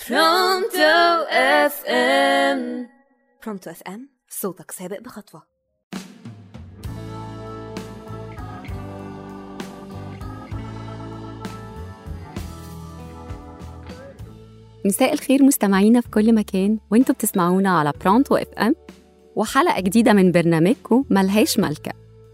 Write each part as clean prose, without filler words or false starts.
برونتو اف ام. برونتو اف ام، صوتك سابق بخطوة. مساء الخير مستمعينا في كل مكان، وانتوا بتسمعونا على برونتو اف ام وحلقة جديدة من برنامجكم ملهاش ملكة،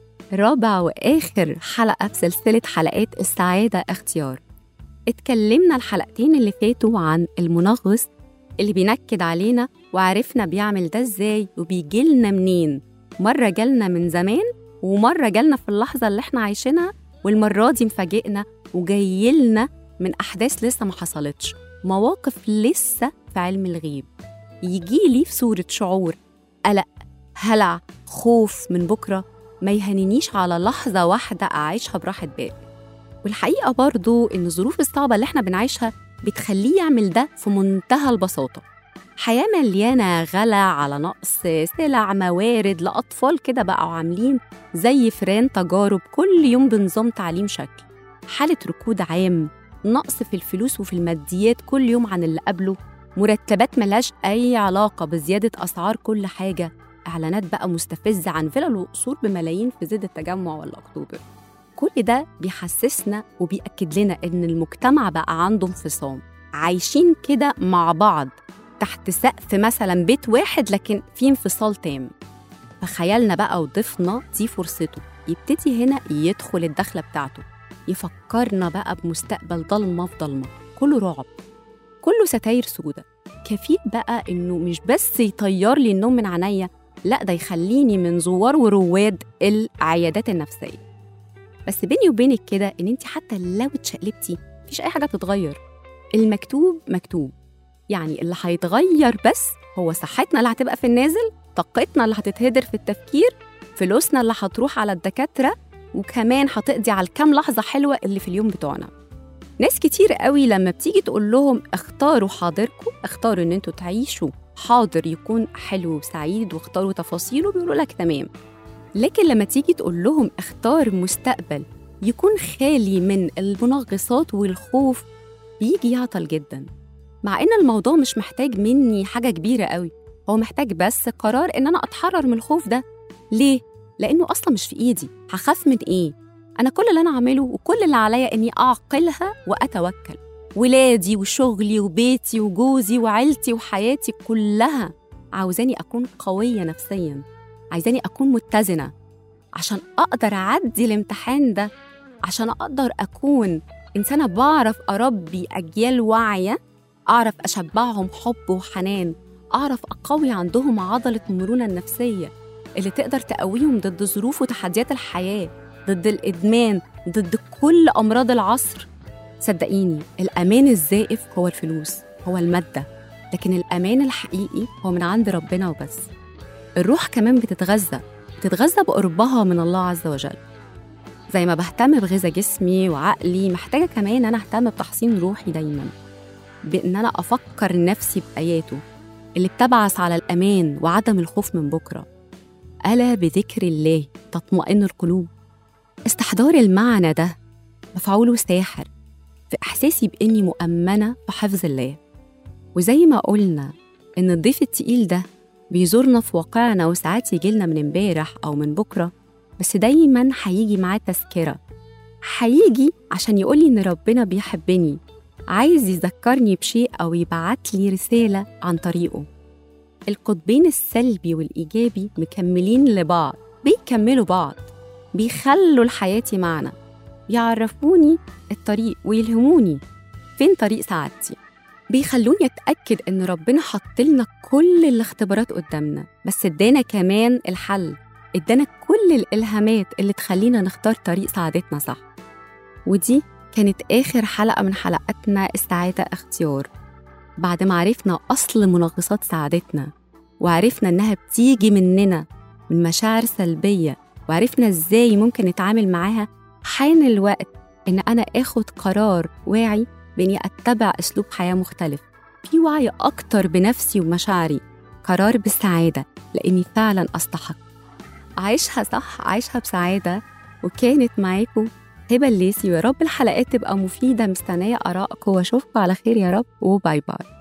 رابع وآخر حلقة في سلسلة حلقات السعادة اختيار. اتكلمنا الحلقتين اللي فاتوا عن المنغص اللي بينكد علينا، وعرفنا بيعمل ده ازاي وبيجيلنا منين. مرة جالنا من زمان، ومرة جالنا في اللحظة اللي احنا عايشينها، والمرة دي مفاجئنا وجايلنا من أحداث لسه ما حصلتش، مواقف لسه في علم الغيب. يجيلي في صورة شعور قلق، هلع، خوف من بكرة، ما يهننيش على لحظة واحدة أعيشها براحة بال. والحقيقة برضو إن الظروف الصعبة اللي احنا بنعيشها بتخليه يعمل ده في منتهى البساطة. حياة مليانة غلا على نقص سلع، موارد، لأطفال كده بقوا عاملين زي فران تجارب كل يوم بنظام تعليم شكل، حالة ركود عام، نقص في الفلوس وفي الماديات كل يوم عن اللي قبله، مرتبات ملهاش أي علاقة بزيادة أسعار كل حاجة، إعلانات بقى مستفزة عن فيلل وقصور بملايين في زيد التجمع ولا أكتوبر. كل ده بيحسسنا وبيأكد لنا إن المجتمع بقى عنده انفصام، عايشين كده مع بعض تحت سقف مثلا بيت واحد، لكن في انفصال تام. فخيالنا بقى وضيفنا دي فرصته، يبتدي هنا يدخل الدخلة بتاعته، يفكرنا بقى بمستقبل ضلمة في ضلمة، كله رعب، كله ستاير سودة، كفيل بقى إنه مش بس يطير لي النوم من عينيا، لا ده يخليني من زوار ورواد العيادات النفسية. بس بيني وبينك كده إن انت حتى لو اتشقلبتي مفيش أي حاجة بتتغير، المكتوب مكتوب. يعني اللي هيتغير بس هو صحتنا اللي هتبقى في النازل، طاقتنا اللي هتتهدر في التفكير، فلوسنا اللي هتروح على الدكاترة، وكمان هتقضي على الكام لحظة حلوة اللي في اليوم بتوعنا. ناس كتير قوي لما بتيجي تقول لهم اختاروا حاضركم، اختاروا ان انتوا تعيشوا حاضر يكون حلو وسعيد، واختاروا تفاصيله، بيقولوا لك تمام. لكن لما تيجي تقول لهم اختار مستقبل يكون خالي من المنغصات والخوف، بيجي يعطل جدا. مع ان الموضوع مش محتاج مني حاجة كبيرة قوي، هو محتاج بس قرار ان انا اتحرر من الخوف ده. ليه؟ لانه اصلا مش في ايدي، هخاف من ايه؟ انا كل اللي انا اعمله وكل اللي عليا اني اعقلها واتوكل. ولادي وشغلي وبيتي وجوزي وعيلتي وحياتي كلها عاوزاني اكون قوية نفسيا، عايزاني اكون متزنة عشان اقدر اعدي الامتحان ده، عشان اقدر اكون انسانة بعرف اربي اجيال واعية، اعرف اشبعهم حب وحنان، اعرف اقوي عندهم عضلة المرونة النفسية اللي تقدر تقويهم ضد ظروف وتحديات الحياة، ضد الإدمان، ضد كل أمراض العصر. صدقيني الأمان الزائف هو الفلوس، هو المادة، لكن الأمان الحقيقي هو من عند ربنا وبس. الروح كمان بتتغذى بقربها من الله عز وجل. زي ما بهتم بغذاء جسمي وعقلي، محتاجة كمان أنا أهتم بتحصين روحي دايما، بإن أنا أفكر نفسي بآياته اللي بتبعث على الأمان وعدم الخوف من بكرة. ألا بذكر الله تطمئن القلوب. استحضار المعنى ده مفعوله ساحر في إحساسي بإني مؤمنة في حفظ الله. وزي ما قلنا إن الضيف التقيل ده بيزورنا في واقعنا، وساعات يجيلنا من امبارح أو من بكرة، بس دايماً هيجي معاه تذكرة، هيجي عشان يقولي إن ربنا بيحبني، عايز يذكرني بشيء أو يبعت لي رسالة عن طريقه. القطبين السلبي والإيجابي مكملين لبعض، بيكملوا بعض، بيخلوا لحياتي معنى، بيعرفوني الطريق ويلهموني فين طريق سعادتي، بيخلوني أتأكد إن ربنا حط لنا كل الاختبارات قدامنا، بس ادانا كمان الحل، ادانا كل الإلهامات اللي تخلينا نختار طريق سعادتنا صح. ودي كانت آخر حلقة من حلقاتنا السعادة اختيار. بعد ما عرفنا أصل منغصات سعادتنا، وعرفنا إنها بتيجي مننا من مشاعر سلبية، وعرفنا إزاي ممكن نتعامل معاها، حان الوقت إن أنا آخد قرار واعي بإني أتبع أسلوب حياة مختلف، في وعي أكتر بنفسي ومشاعري، قرار بالسعادة لأني فعلا أستحق عايشها صح، عايشها بسعادة. وكانت معاكم هبة الليثي، ويا رب الحلقات تبقى مفيدة. مستنية آرائكم وأشوفكم على خير يا رب، وباي باي.